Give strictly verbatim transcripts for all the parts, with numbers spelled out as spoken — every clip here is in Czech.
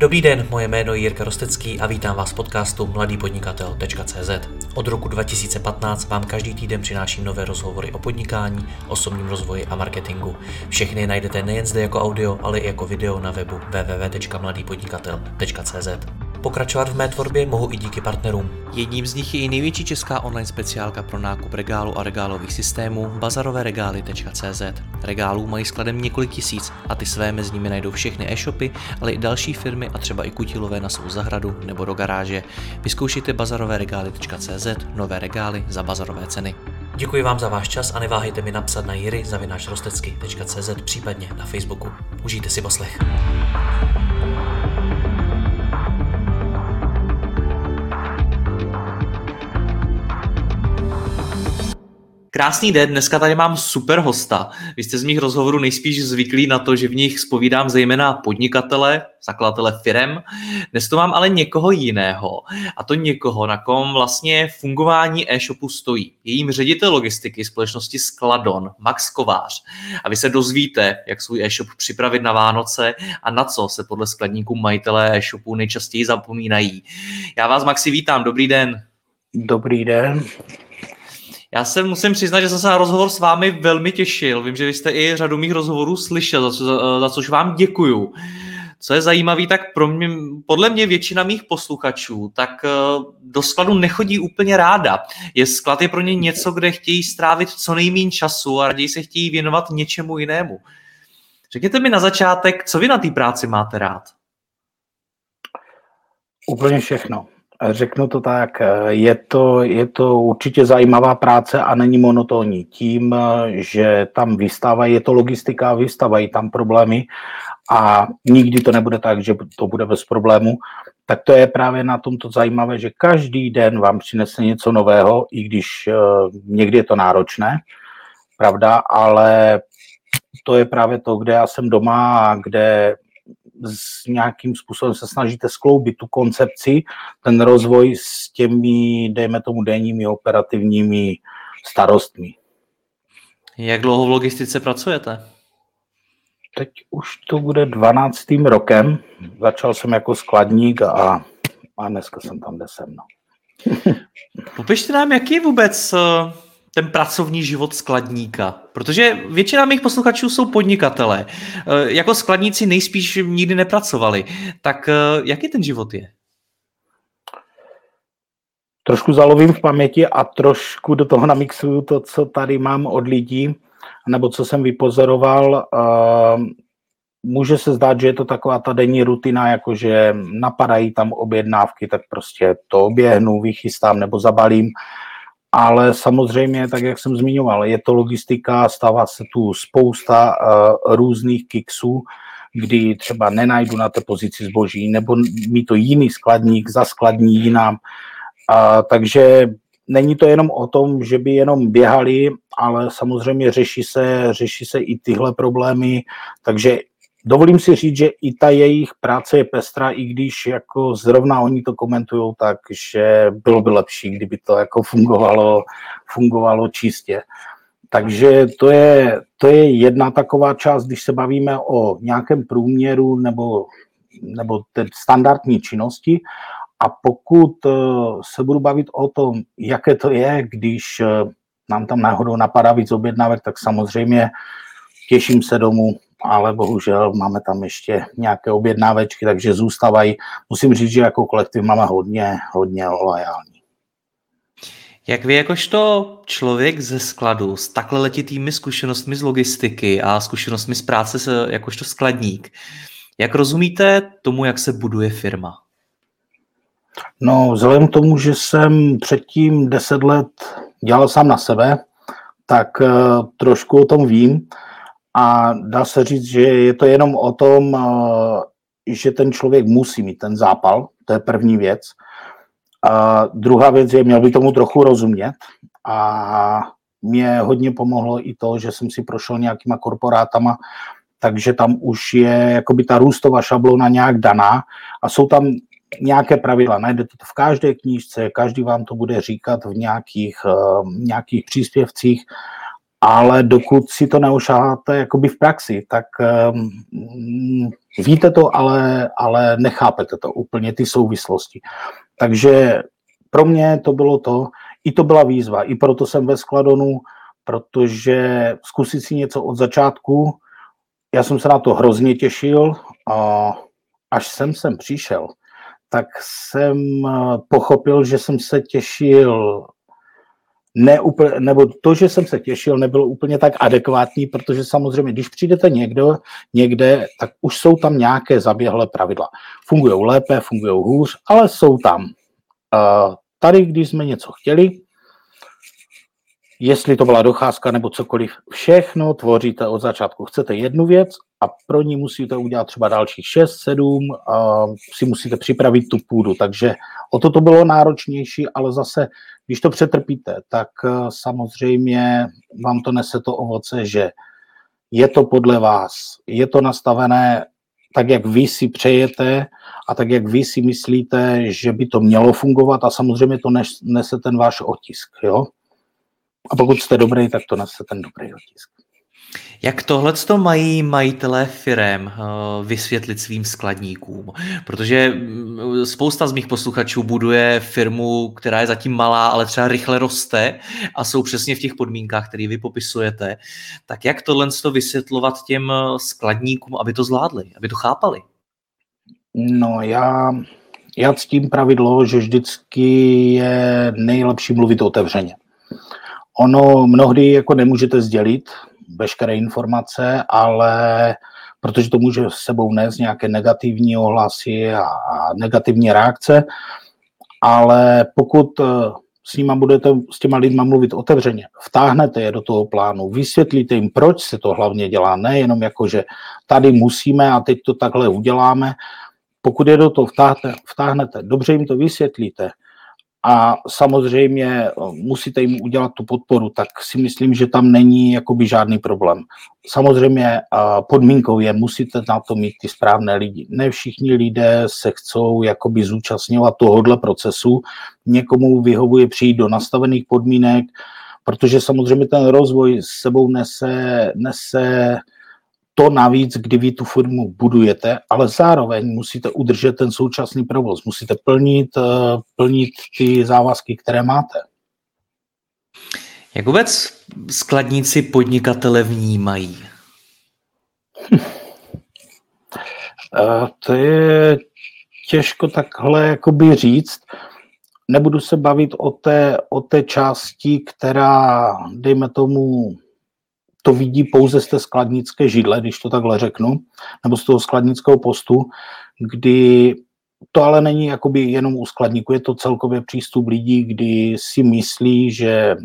Dobrý den, moje jméno je Jirka Rostecký a vítám vás v podcastu mladý podnikatel tečka cé zet. Od roku dva tisíce patnáct vám každý týden přináším nové rozhovory o podnikání, osobním rozvoji a marketingu. Všechny najdete nejen zde jako audio, ale i jako video na webu w w w tečka mladý podnikatel tečka cé zet. Pokračovat v mé tvorbě mohu i díky partnerům. Jedním z nich je i největší česká online speciálka pro nákup regálu a regálových systémů bazarové regály tečka cé zet. Regálů mají skladem několik tisíc a ty své mezi nimi najdou všechny e-shopy, ale i další firmy a třeba i kutilové na svou zahradu nebo do garáže. Vyzkoušejte bazarové regály tečka cé zet, nové regály za bazarové ceny. Děkuji vám za váš čas a neváhejte mi napsat na jiry zavináč rostecky tečka cé zet, případně na Facebooku. Užijte si poslech. Krásný den, dneska tady mám super hosta. Vy jste z mých rozhovorů nejspíš zvyklí na to, že v nich zpovídám zejména podnikatele, zakladatele firem. Dnes to mám ale někoho jiného. A to někoho, na kom vlastně fungování e-shopu stojí. Je jím ředitel logistiky společnosti Skladon, Max Kovář. A vy se dozvíte, jak svůj e-shop připravit na Vánoce a na co se podle skladníků majitelé e-shopu nejčastěji zapomínají. Já vás, Maxi, vítám. Dobrý den. Dobrý den. Já se musím přiznat, že jsem se na rozhovor s vámi velmi těšil. Vím, že vy jste i řadu mých rozhovorů slyšel, za, co, za což vám děkuju. Co je zajímavé, tak pro mě, podle mě většina mých posluchačů tak do skladu nechodí úplně ráda. Je sklad je pro ně něco, kde chtějí strávit co nejméně času a raději se chtějí věnovat něčemu jinému. Řekněte mi na začátek, co vy na té práci máte rád? Úplně všechno. Řeknu to tak, je to, je to určitě zajímavá práce a není monotónní. Tím, že tam vystávají, je to logistika, vystávají tam problémy a nikdy to nebude tak, že to bude bez problému, tak to je právě na tomto zajímavé, že každý den vám přinese něco nového, i když někdy je to náročné, pravda, ale to je právě to, kde já jsem doma a kde s nějakým způsobem se snažíte skloubit tu koncepci, ten rozvoj s těmi, dejme tomu, denními operativními starostmi. Jak dlouho v logistice pracujete? Teď už to bude dvanáctým rokem. Začal jsem jako skladník a, a dneska jsem tam, kde jsem. No. Popište nám, jaký je vůbec ten pracovní život skladníka, protože většina mých posluchačů jsou podnikatelé. Jako skladníci nejspíš nikdy nepracovali. Tak jaký ten život je? Trošku zalovím v paměti a trošku do toho namixuju to, co tady mám od lidí, nebo co jsem vypozoroval. Může se zdát, že je to taková ta denní rutina, jakože napadají tam objednávky, tak prostě to oběhnu, vychystám nebo zabalím. Ale samozřejmě, tak jak jsem zmiňoval, je to logistika, stává se tu spousta uh, různých kiksů, kdy třeba nenajdu na té pozici zboží, nebo mi to jiný skladník zaskladní jinam. Uh, takže není to jenom o tom, že by jenom běhali, ale samozřejmě řeší se, řeší se i tyhle problémy, takže dovolím si říct, že i ta jejich práce je pestrá, i když jako zrovna oni to komentujou tak, že bylo by lepší, kdyby to jako fungovalo, fungovalo čistě. Takže to je, to je jedna taková část, když se bavíme o nějakém průměru nebo, nebo té standardní činnosti. A pokud se budu bavit o tom, jaké to je, když nám tam náhodou napadá víc objednávek, tak samozřejmě těším se domů, ale bohužel máme tam ještě nějaké objednávečky, takže zůstávají. Musím říct, že jako kolektiv máme hodně, hodně loajální. Jak vy jakožto člověk ze skladu s takhle letitými zkušenostmi z logistiky a zkušenostmi z práce se jakožto skladník, jak rozumíte tomu, jak se buduje firma? No, vzhledem k tomu, že jsem předtím deset let dělal sám na sebe, tak uh, trošku o tom vím. A dá se říct, že je to jenom o tom, že ten člověk musí mít ten zápal, to je první věc. A druhá věc je, měl by tomu trochu rozumět a mě hodně pomohlo i to, že jsem si prošel nějakýma korporátama, takže tam už je jakoby ta růstová šablona nějak daná a jsou tam nějaké pravidla. Najdete to v každé knížce, každý vám to bude říkat v nějakých, nějakých příspěvcích ale dokud si to neošáháte jakoby v praxi, tak um, víte to, ale, ale nechápete to úplně, ty souvislosti. Takže pro mě to bylo to, i to byla výzva, i proto jsem ve Skladonu, protože zkusit si něco od začátku, já jsem se na to hrozně těšil a až jsem sem přišel, tak jsem pochopil, že jsem se těšil ne úplně, nebo to, že jsem se těšil, nebylo úplně tak adekvátní, protože samozřejmě, když přijdete někdo, někde, tak už jsou tam nějaké zaběhlé pravidla. Fungují lépe, fungují hůř, ale jsou tam. Tady, když jsme něco chtěli, jestli to byla docházka nebo cokoliv, všechno tvoříte od začátku. Chcete jednu věc a pro ní musíte udělat třeba dalších šest, sedm, a si musíte připravit tu půdu. Takže o to to bylo náročnější, ale zase, když to přetrpíte, tak samozřejmě vám to nese to ovoce, že je to podle vás, je to nastavené tak, jak vy si přejete a tak, jak vy si myslíte, že by to mělo fungovat a samozřejmě to nese ten váš otisk, jo? A pokud jste dobrý, tak to nese ten dobrý otisk. Jak tohleto mají majitelé firem vysvětlit svým skladníkům? Protože spousta z mých posluchačů buduje firmu, která je zatím malá, ale třeba rychle roste a jsou přesně v těch podmínkách, které vy popisujete. Tak jak tohleto vysvětlovat těm skladníkům, aby to zvládli, aby to chápali? No já, já ctím pravidlo, že vždycky je nejlepší mluvit otevřeně. Ono mnohdy jako nemůžete sdělit veškeré informace, ale protože to může s sebou nést nějaké negativní ohlasy a, a negativní reakce, ale pokud s nima budete s těma lidma mluvit otevřeně, vtáhnete je do toho plánu, vysvětlíte jim, proč se to hlavně dělá, nejenom jako, že tady musíme a teď to takhle uděláme. Pokud je do toho vtáhnete, vtáhnete dobře jim to vysvětlíte, a samozřejmě musíte jim udělat tu podporu, tak si myslím, že tam není jakoby žádný problém. Samozřejmě podmínkou je, musíte na to mít ty správné lidi. Ne všichni lidé se chcou jakoby zúčastňovat tohohle procesu. Někomu vyhovuje přijít do nastavených podmínek, protože samozřejmě ten rozvoj s sebou nese, nese to navíc, kdy vy tu firmu budujete, ale zároveň musíte udržet ten současný provoz, musíte plnit, plnit ty závazky, které máte. Jak vůbec skladníci podnikatele vnímají? Hm. To je těžko takhle jakoby říct. Nebudu se bavit o té, o té části, která, dejme tomu, to vidí pouze z té skladnické židle, když to takhle řeknu, nebo z toho skladnického postu, kdy to ale není jakoby jenom u skladníku, je to celkově přístup lidí, kdy si myslí, že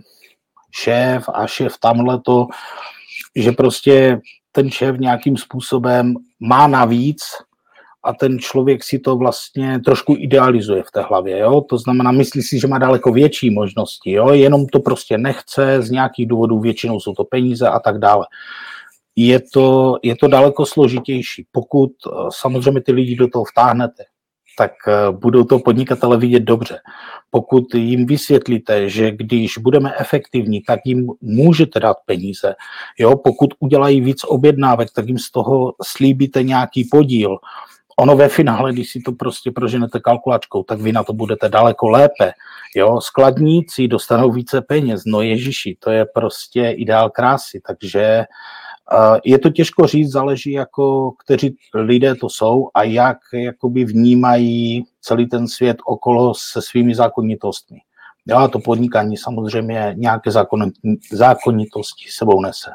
šéf a šéf tamhleto, že prostě ten šéf nějakým způsobem má navíc a ten člověk si to vlastně trošku idealizuje v té hlavě, jo? To znamená, myslí si, že má daleko větší možnosti, jo? Jenom to prostě nechce, z nějakých důvodů, většinou jsou to peníze a tak dále. Je to, je to daleko složitější. Pokud samozřejmě ty lidi do toho vtáhnete, tak budou to podnikatele vidět dobře. Pokud jim vysvětlíte, že když budeme efektivní, tak jim můžete dát peníze. Jo? Pokud udělají víc objednávek, tak jim z toho slíbíte nějaký podíl. Ono ve finále, když si to prostě proženete kalkulačkou, tak vy na to budete daleko lépe. Jo, skladníci dostanou více peněz, no ježiši, to je prostě ideál krásy, takže uh, je to těžko říct, záleží jako, kteří lidé to jsou a jak jakoby vnímají celý ten svět okolo se svými zákonitostmi. Jo, a to podnikání samozřejmě nějaké zákonitosti sebou nese.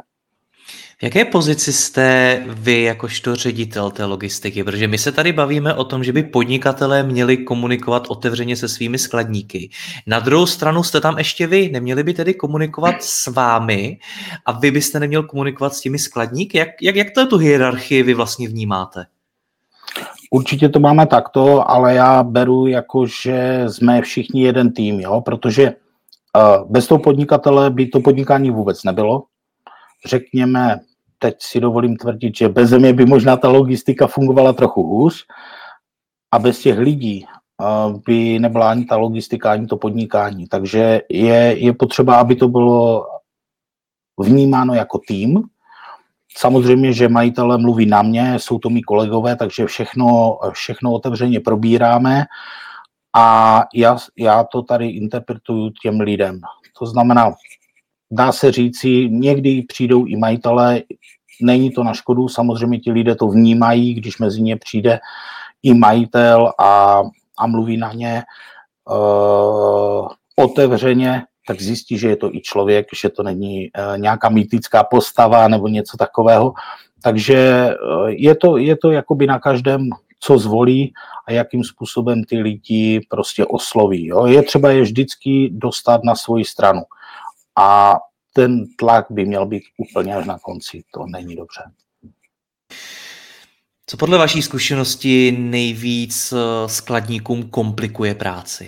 V jaké pozici jste vy jakožto ředitel té logistiky? Protože my se tady bavíme o tom, že by podnikatelé měli komunikovat otevřeně se svými skladníky. Na druhou stranu jste tam ještě vy. Neměli by tedy komunikovat s vámi a vy byste neměl komunikovat s těmi skladníky? Jak, jak, jak to tu hierarchii vy vlastně vnímáte? Určitě to máme takto, ale já beru jako, že jsme všichni jeden tým, jo? Protože uh, bez toho podnikatele by to podnikání vůbec nebylo. Řekněme, teď si dovolím tvrdit, že bez země by možná ta logistika fungovala trochu hůř a bez těch lidí by nebyla ani ta logistika, ani to podnikání. Takže je, je potřeba, aby to bylo vnímáno jako tým. Samozřejmě, že majitelé mluví na mě, jsou to mý kolegové, takže všechno, všechno otevřeně probíráme a já, já to tady interpretuju těm lidem. To znamená, dá se říci, někdy přijdou i majitelé, není to na škodu, samozřejmě ti lidé to vnímají, když mezi ně přijde i majitel a, a mluví na ně uh, otevřeně, tak zjistí, že je to i člověk, že to není uh, nějaká mýtická postava nebo něco takového. Takže uh, je to, je to jakoby na každém, co zvolí a jakým způsobem ty lidi prostě osloví. Jo? Je třeba je vždycky dostat na svoji stranu. A ten tlak by měl být úplně až na konci. To není dobře. Co podle vaší zkušenosti nejvíc skladníkům komplikuje práci?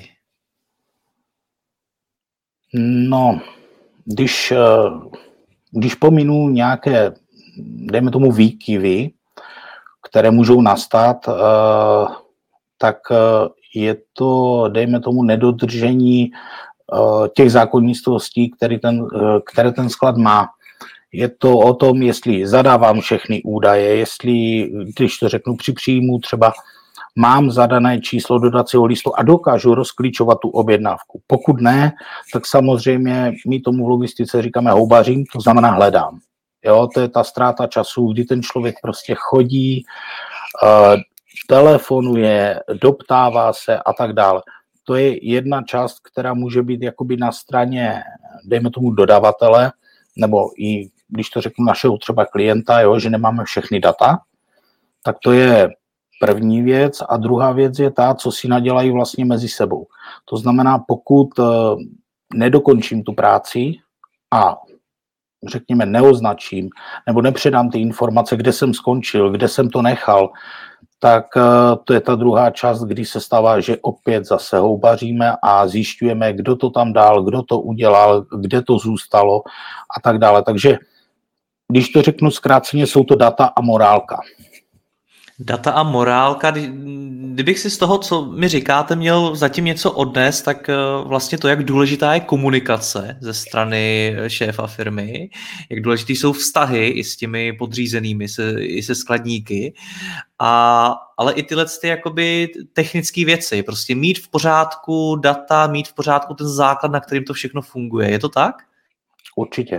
No, když, když pominu nějaké, dejme tomu, výkyvy, které můžou nastat, tak je to, dejme tomu, nedodržení těch zákonností, který ten, které ten sklad má. Je to o tom, jestli zadávám všechny údaje, jestli, když to řeknu při příjmu, třeba mám zadané číslo dodacího listu a dokážu rozklíčovat tu objednávku. Pokud ne, tak samozřejmě my tomu v logistice říkáme houbařím, to znamená hledám. Jo, to je ta ztráta času, kdy ten člověk prostě chodí, uh, telefonuje, doptává se a tak dále. To je jedna část, která může být jakoby na straně, dejme tomu, dodavatele, nebo i, když to řeknu, našeho třeba klienta, jo, že nemáme všechny data, tak to je první věc. A druhá věc je ta, co si nadělají vlastně mezi sebou. To znamená, pokud uh, nedokončím tu práci a řekněme neoznačím, nebo nepředám ty informace, kde jsem skončil, kde jsem to nechal, tak to je ta druhá část, kdy se stává, že opět zase houbaříme a zjišťujeme, kdo to tam dal, kdo to udělal, kde to zůstalo a tak dále. Takže když to řeknu zkráceně, jsou to data a morálka. Data a morálka, kdybych si z toho, co mi říkáte, měl zatím něco odnést, tak vlastně to, jak důležitá je komunikace ze strany šéfa firmy, jak důležitý jsou vztahy i s těmi podřízenými, se, i se skladníky, a, ale i tyhle ty jakoby technické věci, prostě mít v pořádku data, mít v pořádku ten základ, na kterým to všechno funguje. Je to tak? Určitě.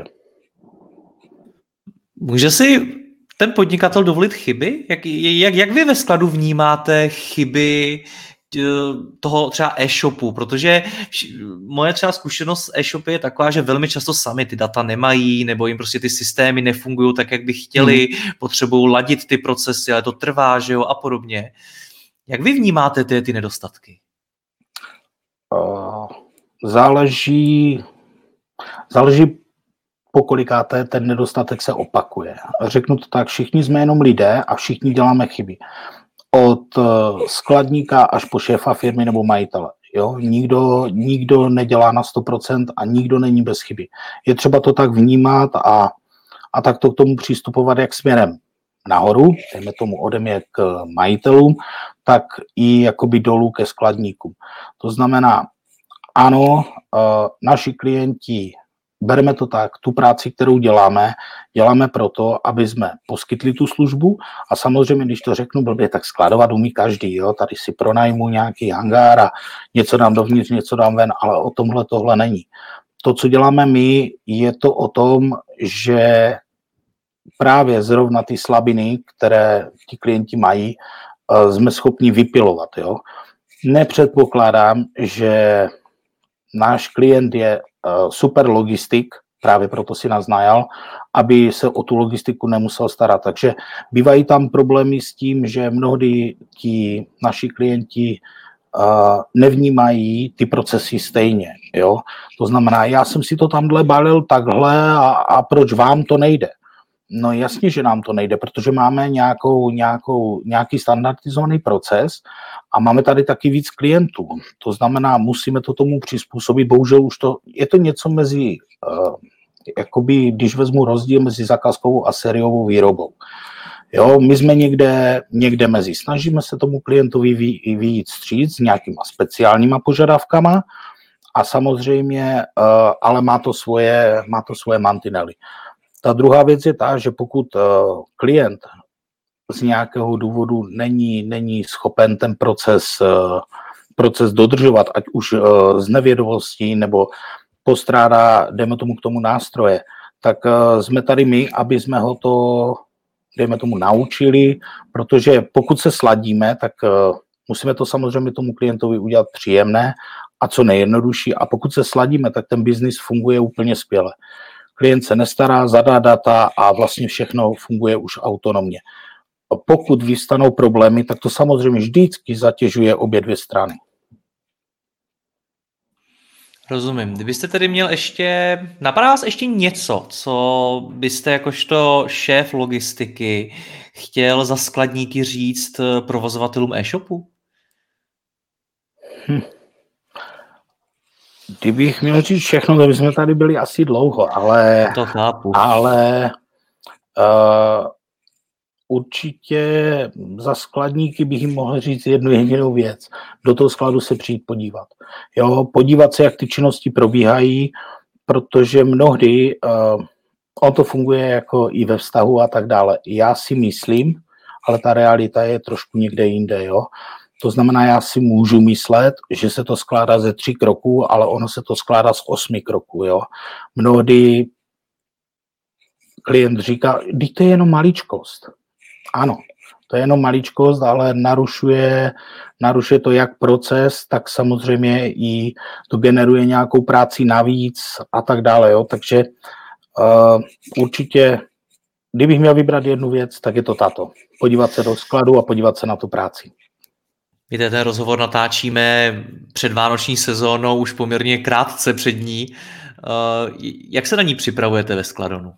Může si ten podnikatel dovolit chyby? Jak, jak, jak vy ve skladu vnímáte chyby toho třeba e-shopu? Protože moje třeba zkušenost s e-shopy je taková, že velmi často sami ty data nemají, nebo jim prostě ty systémy nefungují tak, jak by chtěli, hmm. potřebují ladit ty procesy, ale to trvá, že jo, a podobně. Jak vy vnímáte ty, ty nedostatky? Uh, záleží, záleží pokolikáté ten nedostatek se opakuje. Řeknu to tak, všichni jsme jenom lidé a všichni děláme chyby. Od skladníka až po šéfa firmy nebo majitele. Jo? Nikdo, nikdo nedělá na sto procent a nikdo není bez chyby. Je třeba to tak vnímat a, a tak to k tomu přistupovat jak směrem nahoru, dejme tomu ode mě k majitelům, tak i jakoby dolů ke skladníkům. To znamená, ano, naši klienti, bereme to tak, tu práci, kterou děláme, děláme proto, aby jsme poskytli tu službu a samozřejmě, když to řeknu blbě, tak skladovat umí každý, jo? Tady si pronajmu nějaký hangár a něco dám dovnitř, něco dám ven, ale o tomhle tohle není. To, co děláme my, je to o tom, že právě zrovna ty slabiny, které ti klienti mají, jsme schopni vypilovat. Jo? Nepředpokládám, že náš klient je super logistik, právě proto si nás najal, aby se o tu logistiku nemusel starat. Takže bývají tam problémy s tím, že mnohdy ti naši klienti uh, nevnímají ty procesy stejně. Jo? To znamená, já jsem si to tamhle balil takhle a, a proč vám to nejde? No jasně, že nám to nejde, protože máme nějakou, nějakou, nějaký standardizovaný proces a máme tady taky víc klientů. To znamená, musíme to tomu přizpůsobit. Bohužel už to, je to něco mezi, uh, jakoby, když vezmu rozdíl mezi zakázkovou a sériovou výrobou. Jo, my jsme někde, někde mezi. Snažíme se tomu klientovi vyjít vstříc s nějakýma speciálníma požadavkama, a samozřejmě, ale má to svoje, má to svoje mantinely. Ta druhá věc je ta, že pokud klient z nějakého důvodu není, není schopen ten proces, proces dodržovat, ať už z nevědomostí nebo postrádá, dejme tomu k tomu nástroje, tak jsme tady my, aby jsme ho to, dejme tomu, naučili, protože pokud se sladíme, tak musíme to samozřejmě tomu klientovi udělat příjemné a co nejjednodušší. A pokud se sladíme, tak ten biznis funguje úplně skvěle. Klient se nestará, zadá data a vlastně všechno funguje už autonomně. Pokud vystanou problémy, tak to samozřejmě vždycky zatěžuje obě dvě strany. Rozumím. Kdybyste tedy měl ještě, napadá vás ještě něco, co byste jakožto šéf logistiky chtěl za skladníky říct provozovatelům e-shopu? Hm. Kdybych měl říct všechno, tak bychom tady byli asi dlouho, ale... To chápu. Ale uh, určitě za skladníky bych jim mohl říct jednu jedinou věc. Do toho skladu se přijít podívat. Jo, podívat se, jak ty činnosti probíhají, protože mnohdy uh, on to funguje jako i ve vztahu a tak dále. Já si myslím, ale ta realita je trošku někde jinde, jo. To znamená, já si můžu myslet, že se to skládá ze tří kroků, ale ono se to skládá z osmi kroků, jo. Mnohdy klient říká, když to je jenom maličkost. Ano, to je jenom maličkost, ale narušuje, narušuje to jak proces, tak samozřejmě i to generuje nějakou práci navíc a tak dále, jo. Takže uh, určitě, kdybych měl vybrat jednu věc, tak je to tato. Podívat se do skladu a podívat se na tu práci. Víte, ten rozhovor natáčíme před vánoční sezónou, už poměrně krátce před ní. Jak se na ní připravujete ve Skladonu?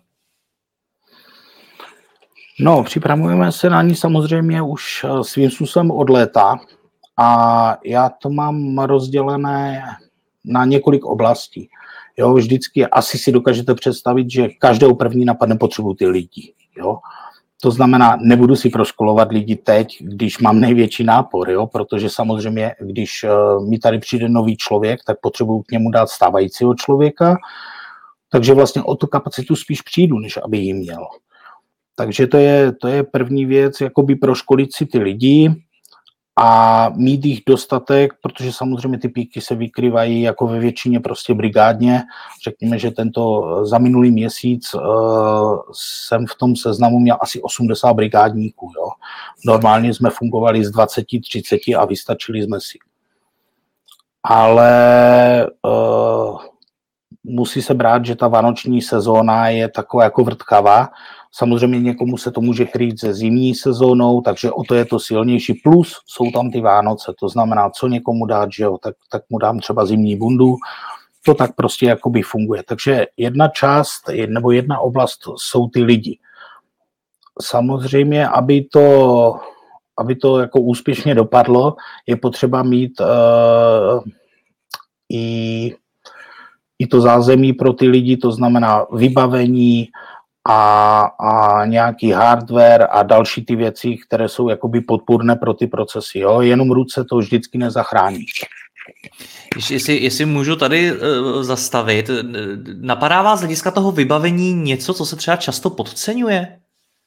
No, připravujeme se na ní samozřejmě už svým způsobem od léta a já to mám rozdělené na několik oblastí. Jo, vždycky asi si dokážete představit, že každého první napadne potřebu ty lidi, jo. To znamená, nebudu si proškolovat lidi teď, když mám největší nápor, jo? Protože samozřejmě, když uh, mi tady přijde nový člověk, tak potřebuji k němu dát stávajícího člověka, takže vlastně o tu kapacitu spíš přijdu, než aby ji měl. Takže to je, to je první věc, jakoby proškolit si ty lidi a mít jich dostatek, protože samozřejmě ty píky se vykrývají jako ve většině prostě brigádně. Řekněme, že tento za minulý měsíc uh, jsem v tom seznamu měl asi osmdesát brigádníků. Jo. Normálně jsme fungovali z dvacet třicet a vystačili jsme si. Ale uh, musí se brát, že ta vánoční sezóna je taková jako vrtkavá. Samozřejmě někomu se to může krýt se zimní sezónou, takže o to je to silnější. Plus jsou tam ty Vánoce, to znamená, co někomu dát, že jo, tak, tak mu dám třeba zimní bundu. To tak prostě jakoby funguje. Takže jedna část nebo jedna oblast jsou ty lidi. Samozřejmě, aby to, aby to jako úspěšně dopadlo, je potřeba mít uh, i, i to zázemí pro ty lidi, to znamená vybavení, A, a nějaký hardware a další ty věci, které jsou jakoby podpůrné pro ty procesy. Jo? Jenom ruce to vždycky nezachrání. Jestli, jestli můžu tady uh, zastavit, napadá vás z hlediska toho vybavení něco, co se třeba často podceňuje?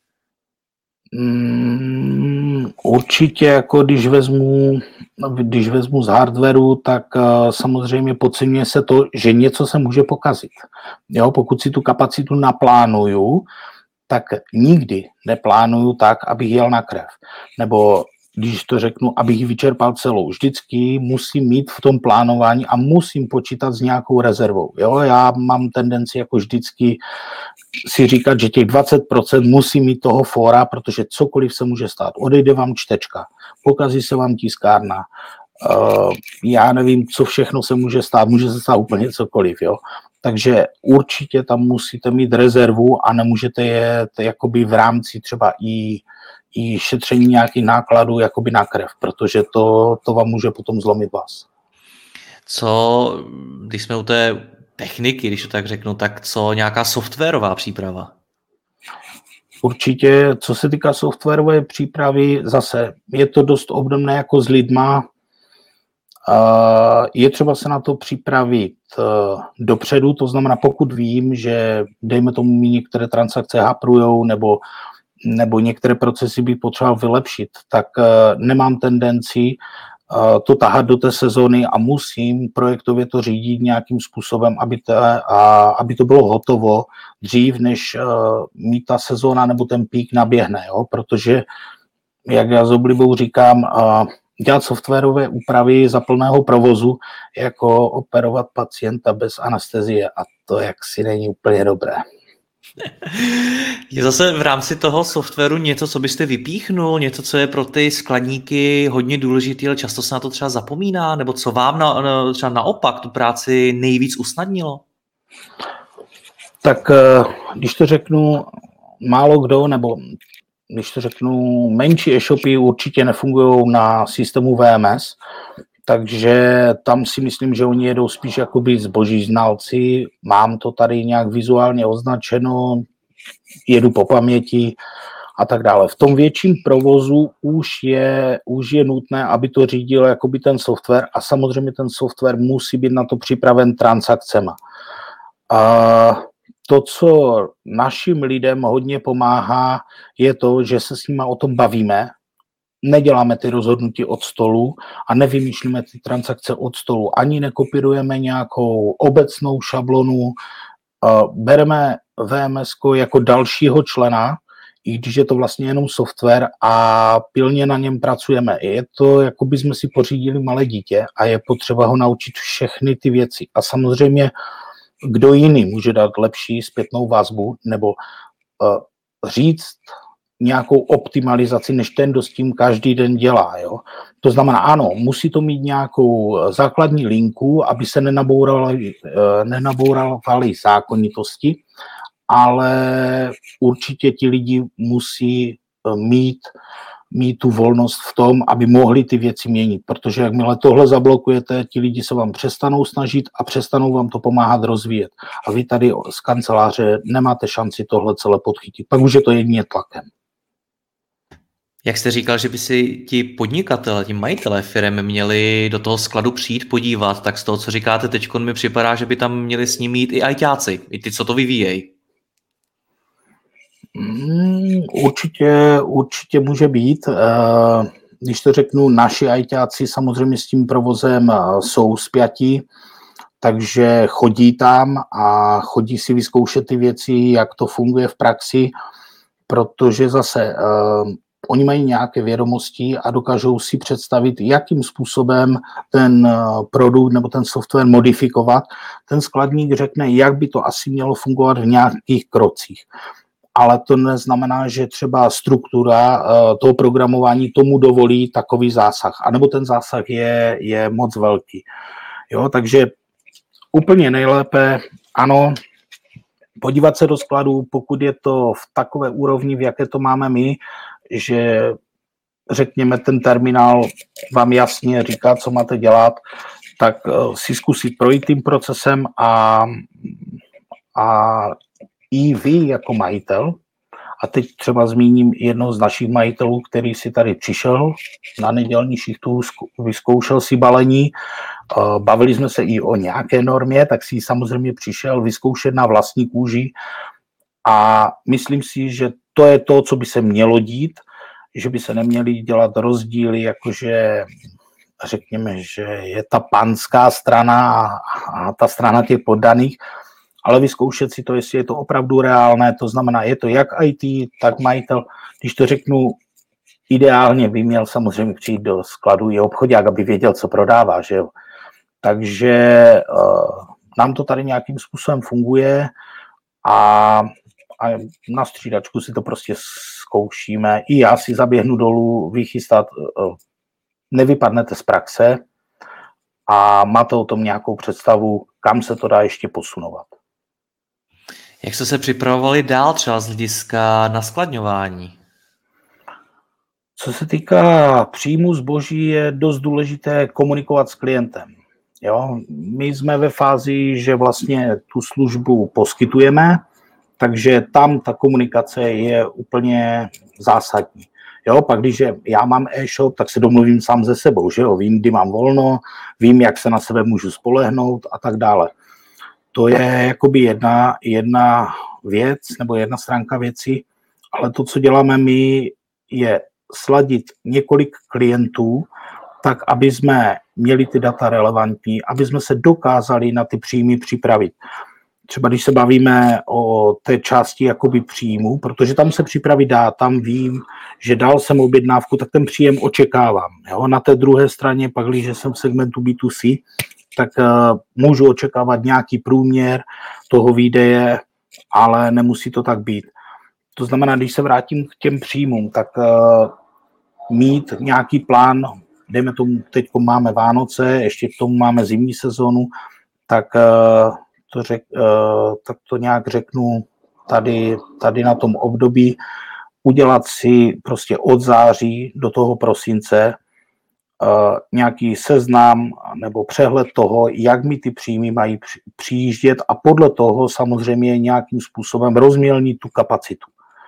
Mm, určitě, jako když vezmu, když vezmu z hardwareu, tak uh, samozřejmě podceňuje se to, že něco se může pokazit. Jo, pokud si tu kapacitu naplánuju, tak nikdy neplánuju tak, abych jel na krev. Nebo když to řeknu, abych ji vyčerpal celou. Vždycky musím mít v tom plánování a musím počítat s nějakou rezervou. Jo, já mám tendenci jako vždycky si říkat, že těch dvacet procent musí mít toho fóra, protože cokoliv se může stát. Odejde vám čtečka, pokazí se vám tiskárna, uh, já nevím, co všechno se může stát, může se stát úplně cokoliv, jo. Takže určitě tam musíte mít rezervu a nemůžete je jakoby v rámci třeba i, i šetření nějakých nákladů jakoby na krev, protože to, to vám může potom zlomit vás. Co, když jsme u té techniky, když to tak řeknu, tak co nějaká softwarová příprava? Určitě, co se týká softwarové přípravy, zase je to dost obdobné jako s lidma. Je třeba se na to připravit dopředu, to znamená, pokud vím, že dejme tomu mi některé transakce haprujou nebo, nebo některé procesy bych potřeboval vylepšit, tak nemám tendenci to tahat do té sezóny a musím projektově to řídit nějakým způsobem, aby to, a, aby to bylo hotovo dřív, než uh, mi ta sezóna nebo ten pík naběhne, jo? Protože, jak já s oblibou říkám, uh, dělat softwarové úpravy za plného provozu, jako operovat pacienta bez anestezie a to jaksi není úplně dobré. Je zase v rámci toho softwaru něco, co byste vypíchnul, něco, co je pro ty skladníky hodně důležité, ale často se na to třeba zapomíná, nebo co vám na, na, třeba naopak tu práci nejvíc usnadnilo? Tak když to řeknu, málo kdo, nebo když to řeknu, menší e-shopy určitě nefungují na systému V M S, takže tam si myslím, že oni jedou spíš jakoby zboží znalci, mám to tady nějak vizuálně označeno, jedu po paměti a tak dále. V tom větším provozu už je, už je nutné, aby to řídil jakoby ten software a samozřejmě ten software musí být na to připraven transakcema. A to, co našim lidem hodně pomáhá, je to, že se s nimi o tom bavíme, neděláme ty rozhodnutí od stolu a nevymýšlíme ty transakce od stolu. Ani nekopírujeme nějakou obecnou šablonu, bereme V M S jako dalšího člena, i když je to vlastně jenom software a pilně na něm pracujeme. Je to, jako by jsme si pořídili malé dítě a je potřeba ho naučit všechny ty věci. A samozřejmě kdo jiný může dát lepší zpětnou vazbu nebo uh, říct nějakou optimalizaci, než ten, kdo s tím každý den dělá. Jo? To znamená, ano, musí to mít nějakou základní linku, aby se nenabouraly, nenabouraly zákonitosti, ale určitě ti lidi musí mít, mít tu volnost v tom, aby mohli ty věci měnit, protože jakmile tohle zablokujete, ti lidi se vám přestanou snažit a přestanou vám to pomáhat rozvíjet. A vy tady z kanceláře nemáte šanci tohle celé podchytit. Pak už je to jedině tlakem. Jak jste říkal, že by si ti podnikatelé, ti majitelé firem měli do toho skladu přijít podívat, tak z toho, co říkáte teď, mi připadá, že by tam měli s ním jít i ajťáci, i ty, co to vyvíjejí. Hmm, určitě, určitě může být. Když to řeknu, naši ajťáci samozřejmě s tím provozem jsou spjatí, takže chodí tam a chodí si vyzkoušet ty věci, jak to funguje v praxi, protože zase oni mají nějaké vědomosti a dokážou si představit, jakým způsobem ten produkt nebo ten software modifikovat. Ten skladník řekne, jak by to asi mělo fungovat v nějakých krocích. Ale to neznamená, že třeba struktura toho programování tomu dovolí takový zásah. A nebo ten zásah je, je moc velký. Jo, takže úplně nejlépe, ano, podívat se do skladu, pokud je to v takové úrovni, v jaké to máme my, že řekněme ten terminál vám jasně říká, co máte dělat, tak si zkusit projít tím procesem a, a i vy jako majitel, a teď třeba zmíním jednoho z našich majitelů, který si tady přišel na nedělní šichtu, vyzkoušel si balení, bavili jsme se i o nějaké normě, tak si samozřejmě přišel vyzkoušet na vlastní kůži a myslím si, že to je to, co by se mělo dít, že by se neměly dělat rozdíly, jakože řekněme, že je ta panská strana a, a ta strana těch poddaných, ale vyzkoušet si to, jestli je to opravdu reálné, to znamená, je to jak I T, tak majitel. Když to řeknu, ideálně by měl samozřejmě přijít do skladu i obchodák, aby věděl, co prodává, že jo. Takže uh, nám to tady nějakým způsobem funguje a, a na střídačku si to prostě zkoušíme. I já si zaběhnu dolů, vychystat, uh, nevypadnete z praxe a máte o tom nějakou představu, kam se to dá ještě posunovat. Jak jste se připravovali dál třeba z hlediska naskladňování? Co se týká příjmu zboží, je dost důležité komunikovat s klientem. Jo? My jsme ve fázi, že vlastně tu službu poskytujeme, takže tam ta komunikace je úplně zásadní. Jo, pak když já mám e-shop, tak se domluvím sám se sebou, že jo, vím, kdy mám volno, vím, jak se na sebe můžu spolehnout a tak dále. To je jakoby jedna, jedna věc nebo jedna stránka věcí, ale to, co děláme my, je sladit několik klientů, tak, aby jsme měli ty data relevantní, aby jsme se dokázali na ty příjmy připravit. Třeba když se bavíme o té části jakoby příjmu, protože tam se připravit dá, tam vím, že dal jsem objednávku, tak ten příjem očekávám. Jo? Na té druhé straně, pak když jsem v segmentu bé dvě cé, tak uh, můžu očekávat nějaký průměr toho výdeje, ale nemusí to tak být. To znamená, když se vrátím k těm příjmům, tak uh, mít nějaký plán, dejme tomu, teď máme Vánoce, ještě k tomu máme zimní sezónu, tak, uh, to, řek, uh, tak to nějak řeknu tady, tady na tom období, udělat si prostě od září do toho prosince uh, nějaký seznam nebo přehled toho, jak mi ty příjmy mají přijíždět a podle toho samozřejmě nějakým způsobem rozmělnit tu kapacitu.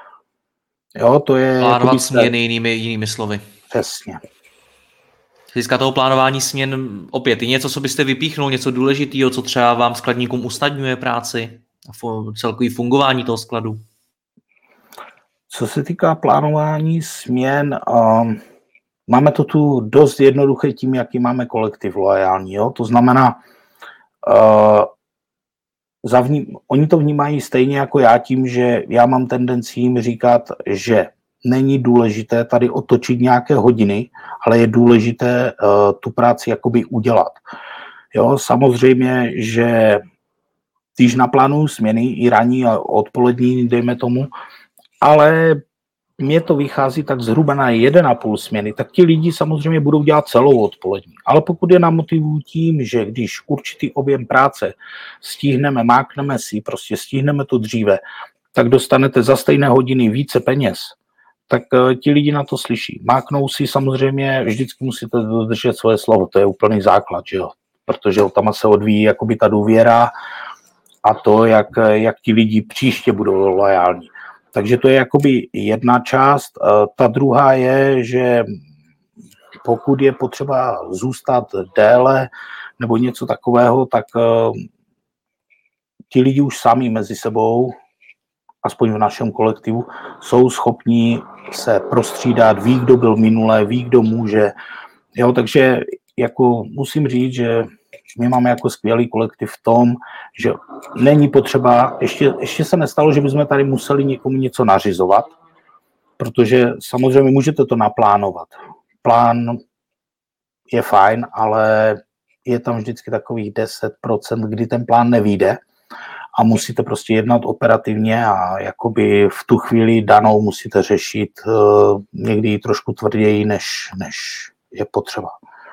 Jo, to je... Plánovat směny jinými, jinými slovy. Přesně. Získat toho plánování směn opět je něco, co byste vypíchnul, něco důležitého, co třeba vám skladníkům usnadňuje práci a celkový fungování toho skladu? Co se týká plánování směn, um, máme to tu dost jednoduché tím, jaký máme kolektiv loajální. Jo? To znamená, uh, zavní, oni to vnímají stejně jako já tím, že já mám tendenci jim říkat, že není důležité tady otočit nějaké hodiny, ale je důležité uh, tu práci jakoby udělat. Jo, samozřejmě, že když naplánuju směny i ranní a odpolední, dejme tomu, ale mně to vychází tak zhruba na jeden a půl směny, tak ti lidi samozřejmě budou dělat celou odpolední. Ale pokud je namotivují tím, že když určitý objem práce stihneme, mákneme si, prostě stihneme to dříve, tak dostanete za stejné hodiny více peněz, tak uh, ti lidi na to slyší. Máknou si samozřejmě, vždycky musíte dodržet svoje slovo, to je úplný základ, že jo? Protože tam se odvíjí jakoby ta důvěra a to, jak, jak ti lidi příště budou loajální. Takže to je jakoby jedna část. Uh, ta druhá je, že pokud je potřeba zůstat déle nebo něco takového, tak uh, ti lidi už sami mezi sebou, aspoň v našem kolektivu, jsou schopní se prostřídat, ví, kdo byl minulé, ví, kdo může. Jo, takže jako musím říct, že my máme jako skvělý kolektiv v tom, že není potřeba, ještě, ještě se nestalo, že bychom tady museli někomu něco nařizovat, protože samozřejmě můžete to naplánovat. Plán je fajn, ale je tam vždycky takových deset procent, kdy ten plán nevyjde a musíte prostě jednat operativně a jakoby v tu chvíli danou musíte řešit uh, někdy trošku tvrději, než, než je potřeba.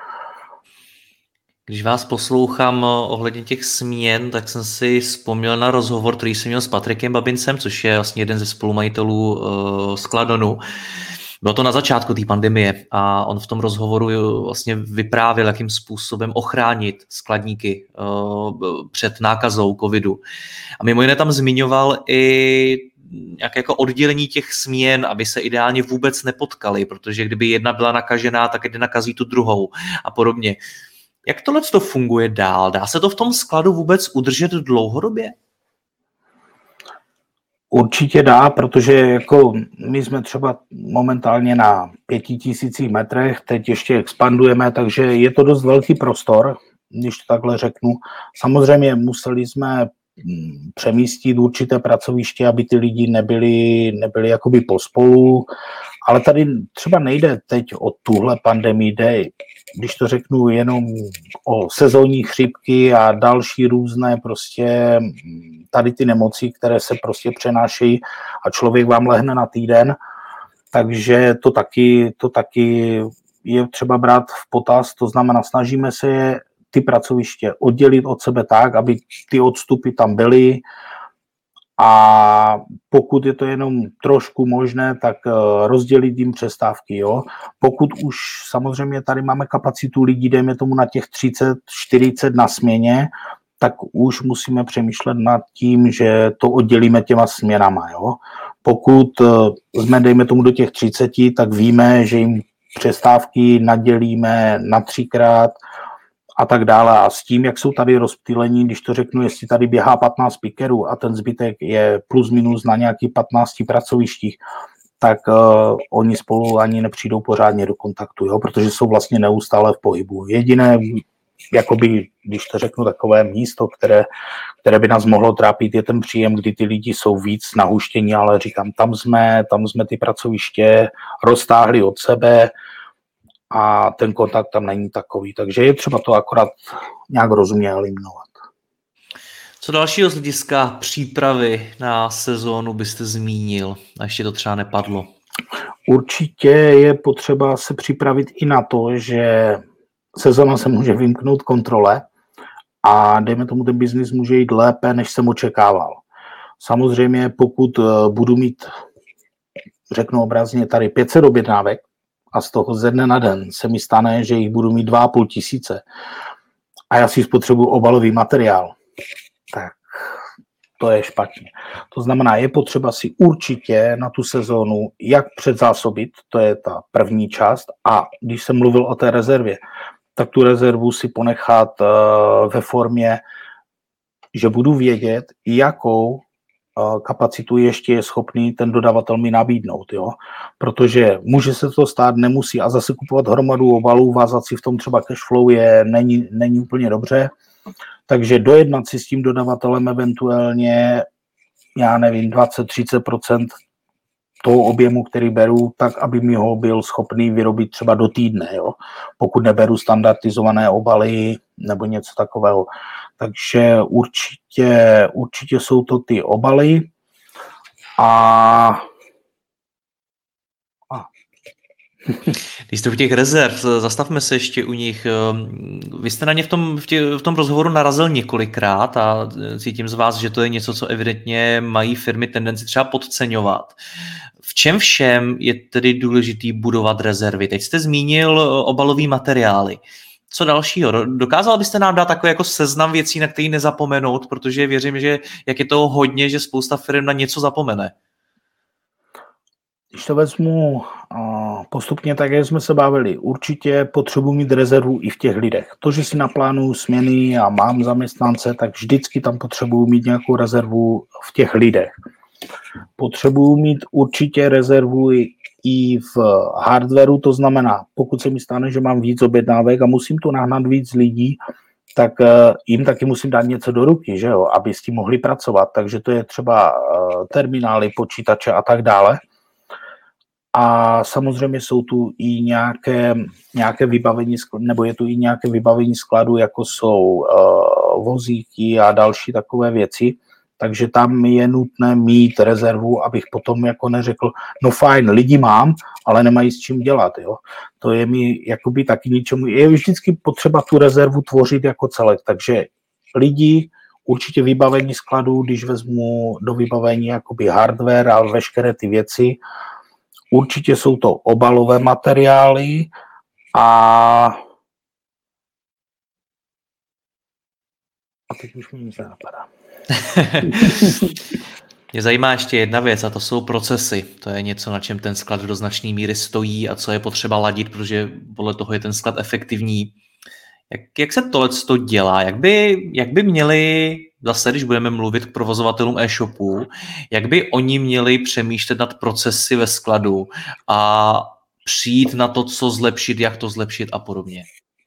Když vás poslouchám ohledně těch směn, tak jsem si vzpomněl na rozhovor, který jsem měl s Patrikem Babincem, což je vlastně jeden ze spolumajitelů uh, Skladonu. Bylo to na začátku té pandemie a on v tom rozhovoru vlastně vyprávěl, jakým způsobem ochránit skladníky uh, před nákazou covidu. A mimo jiné tam zmiňoval i nějaké jako oddělení těch směn, aby se ideálně vůbec nepotkali, protože kdyby jedna byla nakažená, tak jedna nakazí tu druhou a podobně. Jak tohle to funguje dál? Dá se to v tom skladu vůbec udržet dlouhodobě? Určitě dá, protože jako my jsme třeba momentálně na pěti tisících metrech, teď ještě expandujeme, takže je to dost velký prostor, když to takhle řeknu. Samozřejmě museli jsme přemístit určité pracoviště, aby ty lidi nebyli, nebyli jakoby pospolu, ale tady třeba nejde teď o tuhle pandemii, jde, když to řeknu, jenom o sezónní chřipky a další různé prostě tady ty nemoci, které se prostě přenášejí a člověk vám lehne na týden, takže to taky, to taky je třeba brát v potaz, to znamená, snažíme se ty pracoviště oddělit od sebe tak, aby ty odstupy tam byly a pokud je to jenom trošku možné, tak rozdělit jim přestávky. Jo? Pokud už samozřejmě tady máme kapacitu lidí, dejme tomu na těch třicet čtyřicet na směně, tak už musíme přemýšlet nad tím, že to oddělíme těma směnama. Jo? Pokud jsme, dejme tomu, do těch třiceti, tak víme, že jim přestávky nadělíme na třikrát a tak dále. A s tím, jak jsou tady rozptýlení, když to řeknu, jestli tady běhá patnáct pickerů a ten zbytek je plus minus na nějakých patnácti pracovištích, tak uh, oni spolu ani nepřijdou pořádně do kontaktu, jo? Protože jsou vlastně neustále v pohybu. Jediné, jakoby, když to řeknu, takové místo, které, které by nás mohlo trápit, je ten příjem, kdy ty lidi jsou víc nahuštění, ale říkám, tam jsme, tam jsme ty pracoviště roztáhli od sebe a ten kontakt tam není takový. Takže je třeba to akorát nějak rozumně eliminovat. Co dalšího z hlediska přípravy na sezónu byste zmínil, a ještě to třeba nepadlo? Určitě je potřeba se připravit i na to, že sezóna se může vymknout kontrole a dejme tomu, ten biznis může jít lépe, než jsem očekával. Samozřejmě, pokud budu mít, řeknu obrazně, tady pět set objednávek a z toho ze dne na den se mi stane, že jich budu mít dva a půl tisíce a já si spotřebuji obalový materiál, tak to je špatně. To znamená, je potřeba si určitě na tu sezónu jak předzásobit, to je ta první část, a když jsem mluvil o té rezervě, tak tu rezervu si ponechat uh, ve formě, že budu vědět, jakou uh, kapacitu ještě je schopný ten dodavatel mi nabídnout, jo? Protože může se to stát, nemusí, a zase kupovat hromadu obalů, vázat si v tom třeba cashflow je, není, není úplně dobře. Takže dojednat si s tím dodavatelem eventuálně, já nevím, dvacet až třicet procent toho objemu, který beru, tak, aby mi ho byl schopný vyrobit třeba do týdne, jo? Pokud neberu standardizované obaly nebo něco takového. Takže určitě, určitě jsou to ty obaly a Když jste u těch rezerv, zastavme se ještě u nich. Vy jste na ně v tom, v, tě, v tom rozhovoru narazil několikrát a cítím z vás, že to je něco, co evidentně mají firmy tendenci třeba podceňovat. V čem všem je tedy důležitý budovat rezervy? Teď jste zmínil obalové materiály. Co dalšího? Dokázal byste nám dát takový jako seznam věcí, na který nezapomenout, protože věřím, že jak je toho hodně, že spousta firm na něco zapomene. Když to vezmu postupně, tak jak jsme se bavili, určitě potřebuji mít rezervu i v těch lidech. To, že si naplánuju směny a mám zaměstnance, tak vždycky tam potřebuji mít nějakou rezervu v těch lidech. Potřebuji mít určitě rezervu i v hardwareu, to znamená, pokud se mi stane, že mám víc objednávek a musím tu nahnat víc lidí, tak jim taky musím dát něco do ruky, že jo, aby s tím mohli pracovat. Takže to je třeba terminály, počítače a tak dále. A samozřejmě jsou tu i nějaké, nějaké vybavení, nebo je tu i nějaké vybavení skladu, jako jsou uh, vozíky a další takové věci. Takže tam je nutné mít rezervu, abych potom jako neřekl, no fajn, lidi mám, ale nemají s čím dělat. Jo. To je mi jakoby taky ničemu. Je vždycky potřeba tu rezervu tvořit jako celek. Takže lidi, určitě vybavení skladu, když vezmu do vybavení jakoby hardware a veškeré ty věci. Určitě jsou to obalové materiály a, a teď už mi nic nenapadá. Mě zajímá ještě jedna věc a to jsou procesy. To je něco, na čem ten sklad do značné míry stojí a co je potřeba ladit, protože podle toho je ten sklad efektivní. Jak, jak se tohle dělá? Jak by, jak by měli, zase když budeme mluvit k provozovatelům e-shopů, jak by oni měli přemýšlet nad procesy ve skladu a přijít na to, co zlepšit, jak to zlepšit a podobně?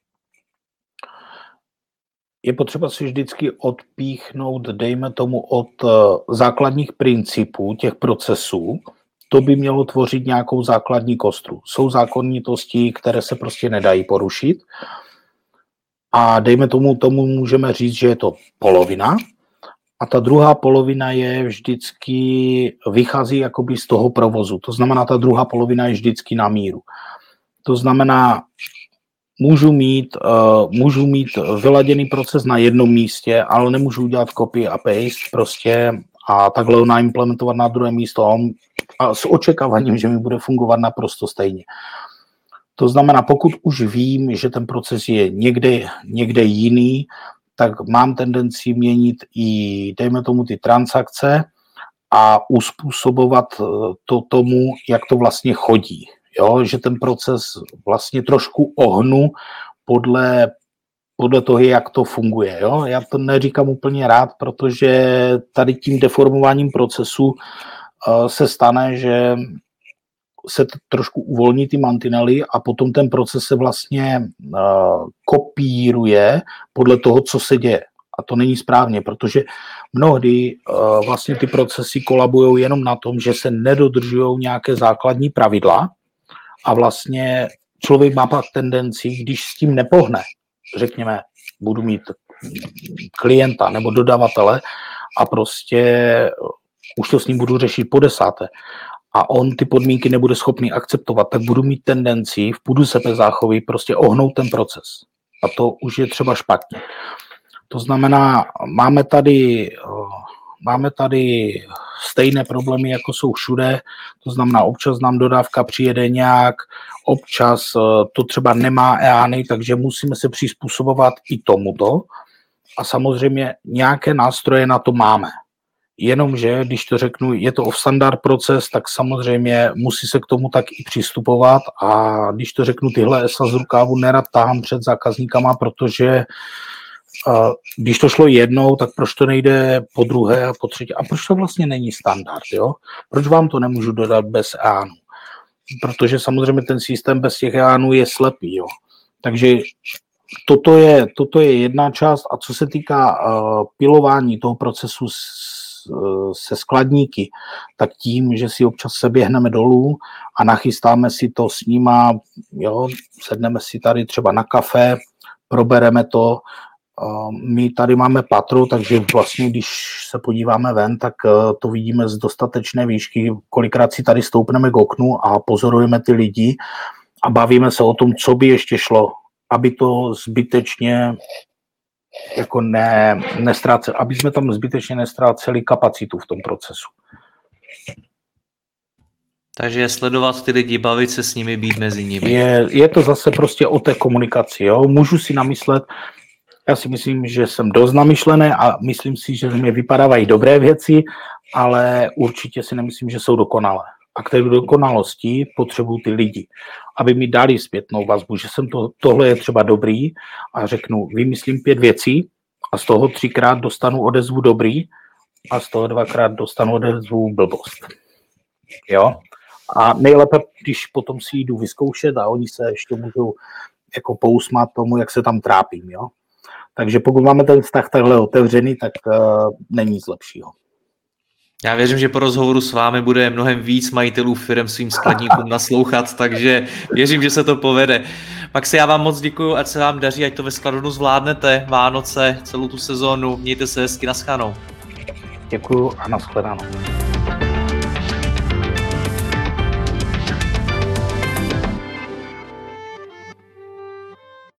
Je potřeba si vždycky odpíchnout, dejme tomu, od základních principů těch procesů. To by mělo tvořit nějakou základní kostru. Jsou zákonitosti, které se prostě nedají porušit. A dejme tomu, tomu můžeme říct, že je to polovina. A ta druhá polovina je vždycky, vychází jakoby z toho provozu. To znamená, ta druhá polovina je vždycky na míru. To znamená, můžu mít, uh, můžu mít vyladěný proces na jednom místě, ale nemůžu udělat copy a paste prostě a takhle ho naimplementovat na druhé místo a s očekáváním, že mi bude fungovat naprosto stejně. To znamená, pokud už vím, že ten proces je někde, někde jiný, tak mám tendenci měnit i, dejme tomu, ty transakce a uspůsobovat to tomu, jak to vlastně chodí. Jo? Že ten proces vlastně trošku ohnu podle, podle toho, jak to funguje. Jo? Já to neříkám úplně rád, protože tady tím deformováním procesu uh, se stane, že se t- trošku uvolní ty mantinely a potom ten proces se vlastně uh, kopíruje podle toho, co se děje. A to není správně, protože mnohdy uh, vlastně ty procesy kolabují jenom na tom, že se nedodržují nějaké základní pravidla a vlastně člověk má pak tendenci, když s tím nepohne, řekněme, budu mít klienta nebo dodavatele a prostě už to s ním budu řešit po desáté a on ty podmínky nebude schopný akceptovat, tak budu mít tendenci v půdu sebezáchovy prostě ohnout ten proces. A to už je třeba špatně. To znamená, máme tady, máme tady stejné problémy, jako jsou všude, to znamená, občas nám dodávka přijede nějak, občas to třeba nemá E A N, takže musíme se přizpůsobovat i tomuto a samozřejmě nějaké nástroje na to máme. Jenomže, když to řeknu, je to off-standard proces, tak samozřejmě musí se k tomu tak i přistupovat a když to řeknu, tyhle esa z rukávu nerad tahám před zákazníkama, protože uh, když to šlo jednou, tak proč to nejde po druhé a po třetí? A proč to vlastně není standard? Jo? Proč vám to nemůžu dodat bez E A N? Protože samozřejmě ten systém bez těch E A N je slepý. Jo? Takže toto je, toto je jedna část a co se týká uh, pilování toho procesu s, se skladníky, tak tím, že si občas se běhneme dolů a nachystáme si to s nima, jo, sedneme si tady třeba na kafe, probereme to, my tady máme patro, takže vlastně, když se podíváme ven, tak to vidíme z dostatečné výšky, kolikrát si tady stoupneme k oknu a pozorujeme ty lidi a bavíme se o tom, co by ještě šlo, aby to zbytečně jako ne, nestráceli, aby jsme tam zbytečně nestráceli kapacitu v tom procesu. Takže sledovat ty lidi, bavit se s nimi, být mezi nimi. Je, je to zase prostě o té komunikaci. Jo? Můžu si namyslet, já si myslím, že jsem dost namyšlený a myslím si, že mě vypadávají dobré věci, ale určitě si nemyslím, že jsou dokonalé. A k té dokonalosti potřebují ty lidi, aby mi dali zpětnou vazbu, že jsem to, tohle je třeba dobrý a řeknu, vymyslím pět věcí a z toho třikrát dostanu odezvu dobrý a z toho dvakrát dostanu odezvu blbost. Jo? A nejlépe, když potom si jdu vyzkoušet a oni se ještě můžou jako pousmát tomu, jak se tam trápím. Jo? Takže pokud máme ten vztah takhle otevřený, tak uh, není nic lepšího. Já věřím, že po rozhovoru s vámi bude mnohem víc majitelů firem svým skladníkům naslouchat, takže věřím, že se to povede. Maxi, já vám moc děkuju, ať se vám daří, ať to ve Skladovnu zvládnete, Vánoce, celou tu sezónu, mějte se hezky, naschledanou. Děkuju a naschledanou.